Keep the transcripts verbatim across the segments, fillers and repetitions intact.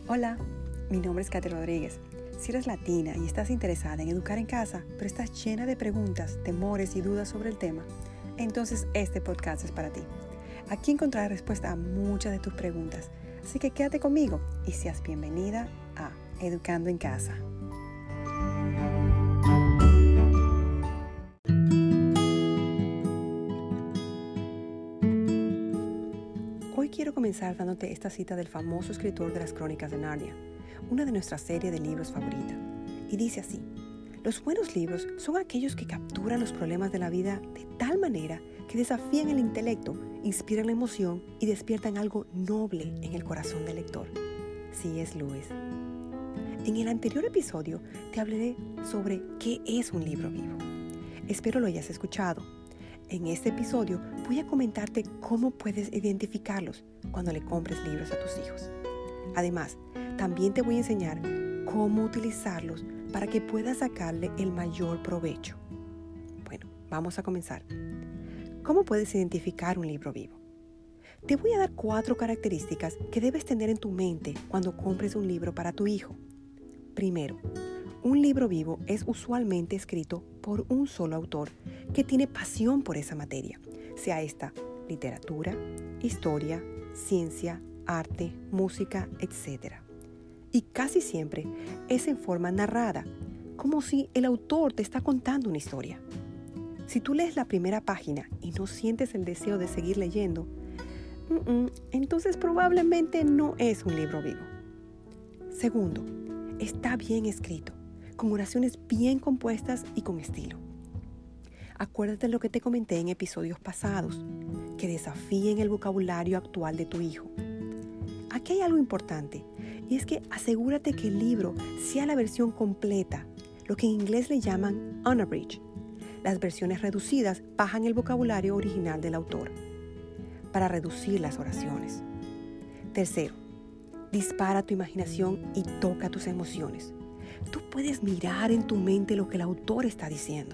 Hola, mi nombre es Katy Rodríguez. Si eres latina y estás interesada en educar en casa, pero estás llena de preguntas, temores y dudas sobre el tema, entonces este podcast es para ti. Aquí encontrarás respuesta a muchas de tus preguntas, así que quédate conmigo y seas bienvenida a Educando en Casa. Hoy quiero comenzar dándote esta cita del famoso escritor de las Crónicas de Narnia, una de nuestras series de libros favorita. Y dice así: los buenos libros son aquellos que capturan los problemas de la vida de tal manera que desafían el intelecto, inspiran la emoción y despiertan algo noble en el corazón del lector. C S Lewis. En el anterior episodio te hablaré sobre qué es un libro vivo. Espero lo hayas escuchado. En este episodio voy a comentarte cómo puedes identificarlos cuando le compres libros a tus hijos. Además, también te voy a enseñar cómo utilizarlos para que puedas sacarle el mayor provecho. Bueno, vamos a comenzar. ¿Cómo puedes identificar un libro vivo? Te voy a dar cuatro características que debes tener en tu mente cuando compres un libro para tu hijo. Primero, un libro vivo es usualmente escrito por un solo autor que tiene pasión por esa materia, sea esta literatura, historia, ciencia, arte, música, etcétera. Y casi siempre es en forma narrada, como si el autor te está contando una historia. Si tú lees la primera página y no sientes el deseo de seguir leyendo, uh-uh, entonces probablemente no es un libro vivo. Segundo, está bien escrito, con oraciones bien compuestas y con estilo. Acuérdate de lo que te comenté en episodios pasados, que desafíen el vocabulario actual de tu hijo. Aquí hay algo importante, y es que asegúrate que el libro sea la versión completa, lo que en inglés le llaman unabridged. Las versiones reducidas bajan el vocabulario original del autor, para reducir las oraciones. Tercero, dispara tu imaginación y toca tus emociones. Tú puedes mirar en tu mente lo que el autor está diciendo.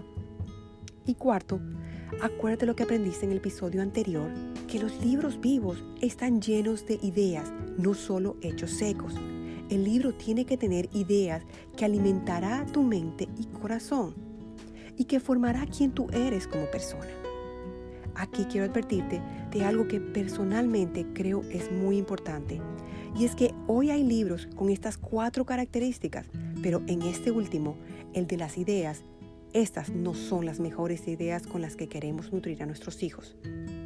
Y cuarto, acuérdate lo que aprendiste en el episodio anterior, que los libros vivos están llenos de ideas, no solo hechos secos. El libro tiene que tener ideas que alimentará tu mente y corazón y que formará quién tú eres como persona. Aquí quiero advertirte de algo que personalmente creo es muy importante, y es que hoy hay libros con estas cuatro características, pero en este último, el de las ideas, estas no son las mejores ideas con las que queremos nutrir a nuestros hijos.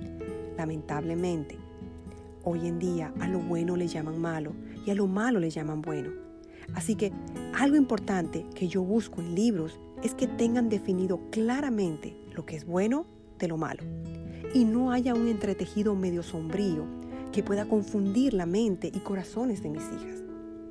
Lamentablemente, hoy en día a lo bueno le llaman malo y a lo malo le llaman bueno. Así que algo importante que yo busco en libros es que tengan definido claramente lo que es bueno de lo malo y no haya un entretejido medio sombrío que pueda confundir la mente y corazones de mis hijas.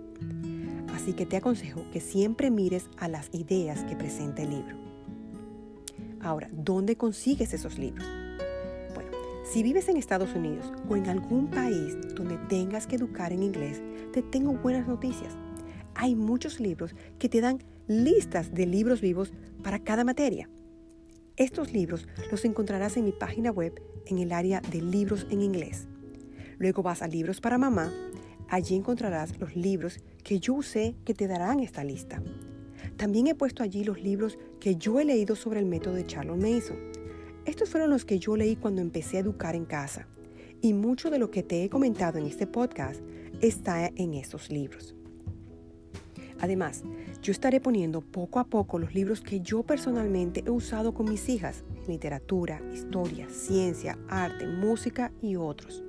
Así que te aconsejo que siempre mires a las ideas que presenta el libro. Ahora, ¿dónde consigues esos libros? Bueno, si vives en Estados Unidos o en algún país donde tengas que educar en inglés, te tengo buenas noticias. Hay muchos libros que te dan listas de libros vivos para cada materia. Estos libros los encontrarás en mi página web en el área de libros en inglés. Luego vas a libros para mamá. Allí encontrarás los libros que yo usé que te darán esta lista. También he puesto allí los libros que yo he leído sobre el método de Charlotte Mason. Estos fueron los que yo leí cuando empecé a educar en casa. Y mucho de lo que te he comentado en este podcast está en estos libros. Además, yo estaré poniendo poco a poco los libros que yo personalmente he usado con mis hijas en literatura, historia, ciencia, arte, música y otros.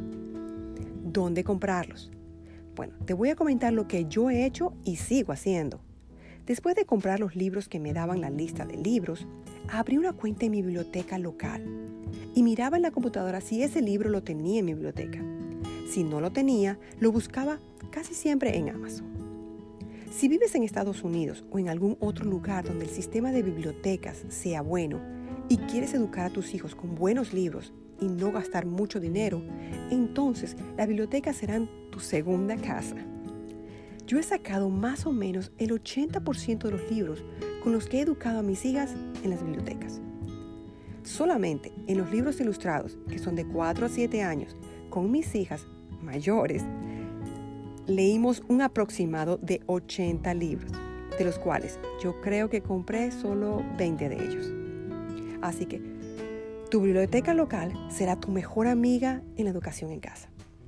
¿Dónde comprarlos? Bueno, te voy a comentar lo que yo he hecho y sigo haciendo. Después de comprar los libros que me daban la lista de libros, abrí una cuenta en mi biblioteca local y miraba en la computadora si ese libro lo tenía en mi biblioteca. Si no lo tenía, lo buscaba casi siempre en Amazon. Si vives en Estados Unidos o en algún otro lugar donde el sistema de bibliotecas sea bueno y quieres educar a tus hijos con buenos libros y no gastar mucho dinero, entonces la biblioteca será tu segunda casa. Yo he sacado más o menos el ochenta por ciento de los libros con los que he educado a mis hijas en las bibliotecas. Solamente en los libros ilustrados, que son de cuatro a siete años, con mis hijas mayores, leímos un aproximado de ochenta libros, de los cuales yo creo que compré solo veinte de ellos. Así que tu biblioteca local será tu mejor amiga en la educación en casa.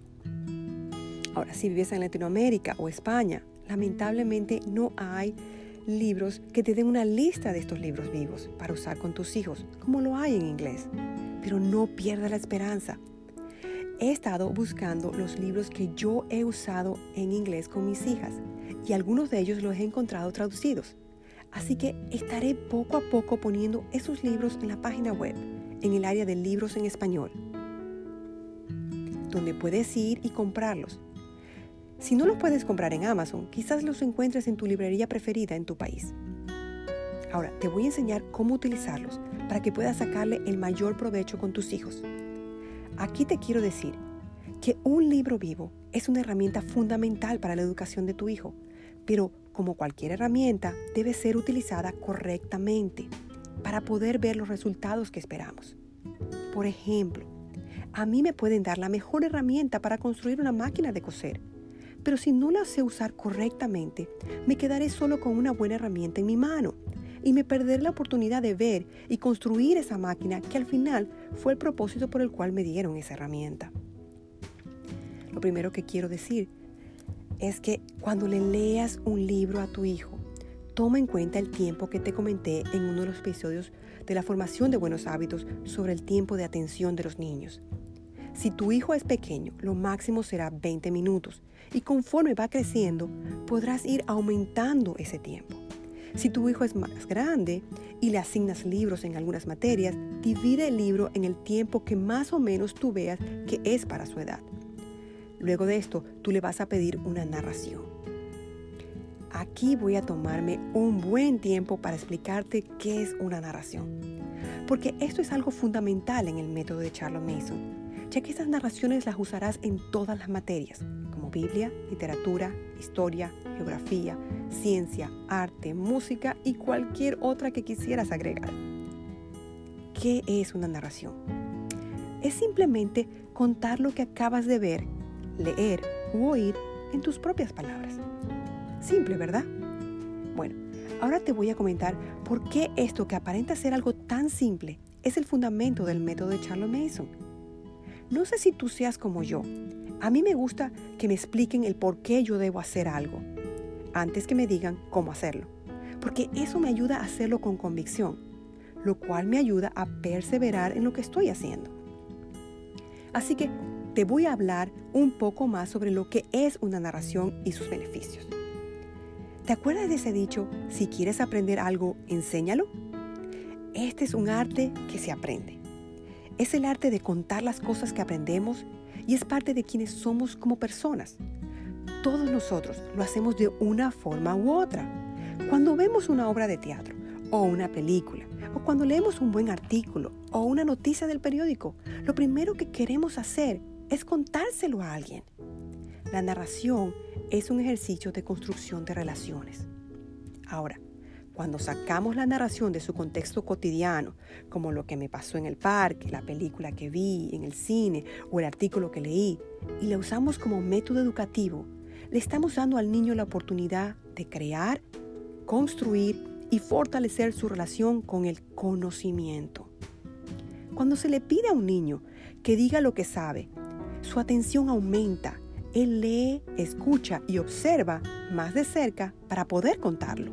Ahora, si vives en Latinoamérica o España, lamentablemente no hay libros que te den una lista de estos libros vivos para usar con tus hijos, como lo hay en inglés. Pero no pierdas la esperanza. He estado buscando los libros que yo he usado en inglés con mis hijas y algunos de ellos los he encontrado traducidos. Así que estaré poco a poco poniendo esos libros en la página web, en el área de libros en español, donde puedes ir y comprarlos. Si no los puedes comprar en Amazon, quizás los encuentres en tu librería preferida en tu país. Ahora, te voy a enseñar cómo utilizarlos para que puedas sacarle el mayor provecho con tus hijos. Aquí te quiero decir que un libro vivo es una herramienta fundamental para la educación de tu hijo, pero como cualquier herramienta, debe ser utilizada correctamente para poder ver los resultados que esperamos. Por ejemplo, a mí me pueden dar la mejor herramienta para construir una máquina de coser, pero si no la sé usar correctamente, me quedaré solo con una buena herramienta en mi mano y me perderé la oportunidad de ver y construir esa máquina que al final fue el propósito por el cual me dieron esa herramienta. Lo primero que quiero decir es que cuando le leas un libro a tu hijo, toma en cuenta el tiempo que te comenté en uno de los episodios de la formación de buenos hábitos sobre el tiempo de atención de los niños. Si tu hijo es pequeño, lo máximo será veinte minutos y conforme va creciendo, podrás ir aumentando ese tiempo. Si tu hijo es más grande y le asignas libros en algunas materias, divide el libro en el tiempo que más o menos tú veas que es para su edad. Luego de esto, tú le vas a pedir una narración. Aquí voy a tomarme un buen tiempo para explicarte qué es una narración, porque esto es algo fundamental en el método de Charlotte Mason, ya que estas narraciones las usarás en todas las materias, como Biblia, literatura, historia, geografía, ciencia, arte, música y cualquier otra que quisieras agregar. ¿Qué es una narración? Es simplemente contar lo que acabas de ver, leer u oír en tus propias palabras. Simple, ¿verdad? Bueno, ahora te voy a comentar por qué esto que aparenta ser algo tan simple es el fundamento del método de Charlotte Mason. No sé si tú seas como yo. A mí me gusta que me expliquen el por qué yo debo hacer algo, antes que me digan cómo hacerlo, porque eso me ayuda a hacerlo con convicción, lo cual me ayuda a perseverar en lo que estoy haciendo. Así que te voy a hablar un poco más sobre lo que es una narración y sus beneficios. ¿Te acuerdas de ese dicho, si quieres aprender algo, enséñalo? Este es un arte que se aprende. Es el arte de contar las cosas que aprendemos y es parte de quienes somos como personas. Todos nosotros lo hacemos de una forma u otra. Cuando vemos una obra de teatro o una película, o cuando leemos un buen artículo o una noticia del periódico, lo primero que queremos hacer es contárselo a alguien. La narración es un ejercicio de construcción de relaciones. Ahora, cuando sacamos la narración de su contexto cotidiano, como lo que me pasó en el parque, la película que vi, en el cine o el artículo que leí, y la usamos como método educativo, le estamos dando al niño la oportunidad de crear, construir y fortalecer su relación con el conocimiento. Cuando se le pide a un niño que diga lo que sabe, su atención aumenta. Él lee, escucha y observa más de cerca para poder contarlo.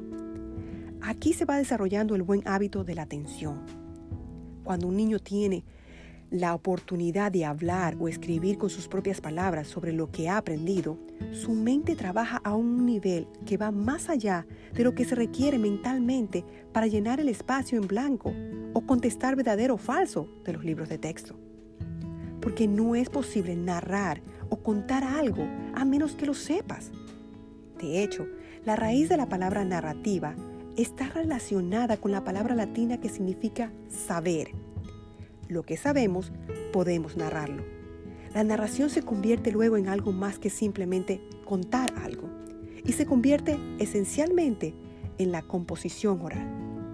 Aquí se va desarrollando el buen hábito de la atención. Cuando un niño tiene la oportunidad de hablar o escribir con sus propias palabras sobre lo que ha aprendido, su mente trabaja a un nivel que va más allá de lo que se requiere mentalmente para llenar el espacio en blanco o contestar verdadero o falso de los libros de texto. Porque no es posible narrar o contar algo a menos que lo sepas. De hecho, la raíz de la palabra narrativa está relacionada con la palabra latina que significa saber. Lo que sabemos, podemos narrarlo. La narración se convierte luego en algo más que simplemente contar algo y se convierte esencialmente en la composición oral.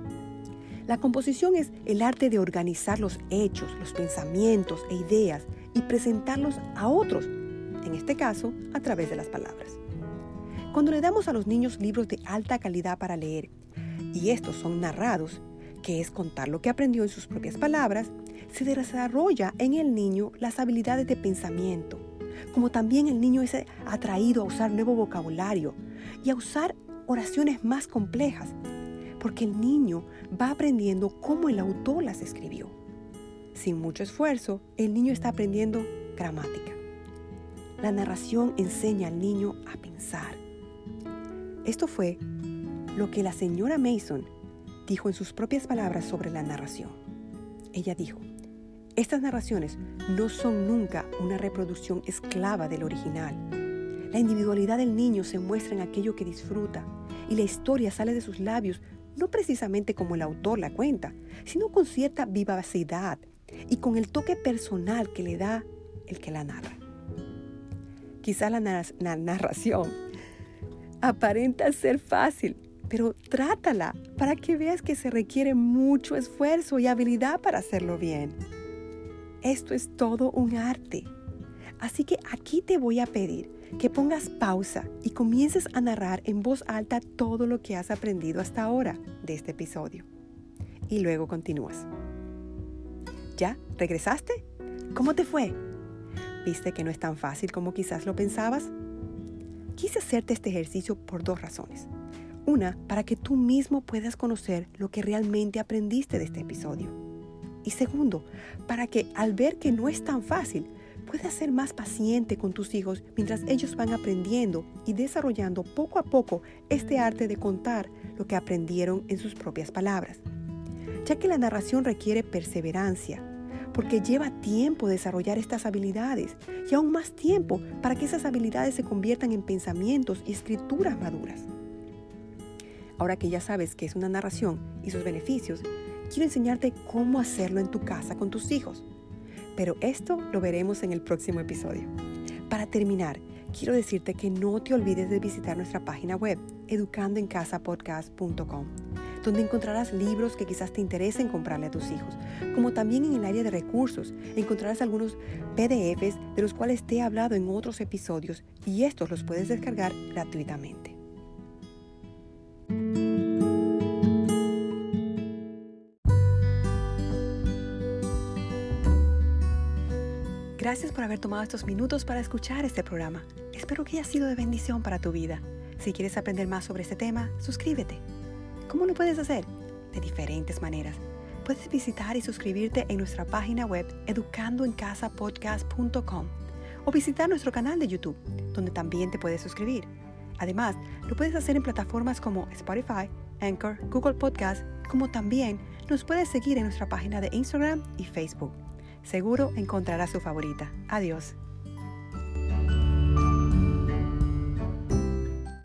La composición es el arte de organizar los hechos, los pensamientos e ideas y presentarlos a otros en este caso, a través de las palabras. Cuando le damos a los niños libros de alta calidad para leer, y estos son narrados, que es contar lo que aprendió en sus propias palabras, se desarrolla en el niño las habilidades de pensamiento, como también el niño es atraído a usar nuevo vocabulario y a usar oraciones más complejas, porque el niño va aprendiendo cómo el autor las escribió. Sin mucho esfuerzo, el niño está aprendiendo gramática. La narración enseña al niño a pensar. Esto fue lo que la señora Mason dijo en sus propias palabras sobre la narración. Ella dijo: estas narraciones no son nunca una reproducción esclava del original. La individualidad del niño se muestra en aquello que disfruta y la historia sale de sus labios no precisamente como el autor la cuenta, sino con cierta vivacidad y con el toque personal que le da el que la narra. Quizá la, nar- la narración aparenta ser fácil, pero trátala para que veas que se requiere mucho esfuerzo y habilidad para hacerlo bien. Esto es todo un arte. Así que aquí te voy a pedir que pongas pausa y comiences a narrar en voz alta todo lo que has aprendido hasta ahora de este episodio. Y luego continúas. ¿Ya? ¿Regresaste? ¿Cómo te fue? ¿Viste que no es tan fácil como quizás lo pensabas? Quise hacerte este ejercicio por dos razones. Una, para que tú mismo puedas conocer lo que realmente aprendiste de este episodio. Y segundo, para que al ver que no es tan fácil, puedas ser más paciente con tus hijos mientras ellos van aprendiendo y desarrollando poco a poco este arte de contar lo que aprendieron en sus propias palabras. Ya que la narración requiere perseverancia, porque lleva tiempo desarrollar estas habilidades y aún más tiempo para que esas habilidades se conviertan en pensamientos y escrituras maduras. Ahora que ya sabes qué es una narración y sus beneficios, quiero enseñarte cómo hacerlo en tu casa con tus hijos. Pero esto lo veremos en el próximo episodio. Para terminar, quiero decirte que no te olvides de visitar nuestra página web, educando en casa podcast punto com, donde encontrarás libros que quizás te interesen comprarle a tus hijos, como también en el área de recursos encontrarás algunos P D Efes de los cuales te he hablado en otros episodios y estos los puedes descargar gratuitamente. Gracias por haber tomado estos minutos para escuchar este programa. Espero que haya sido de bendición para tu vida. Si quieres aprender más sobre este tema, suscríbete. ¿Cómo lo puedes hacer? De diferentes maneras. Puedes visitar y suscribirte en nuestra página web educando en casa podcast punto com o visitar nuestro canal de YouTube, donde también te puedes suscribir. Además, lo puedes hacer en plataformas como Spotify, Anchor, Google Podcast, como también nos puedes seguir en nuestra página de Instagram y Facebook. Seguro encontrarás su favorita. Adiós.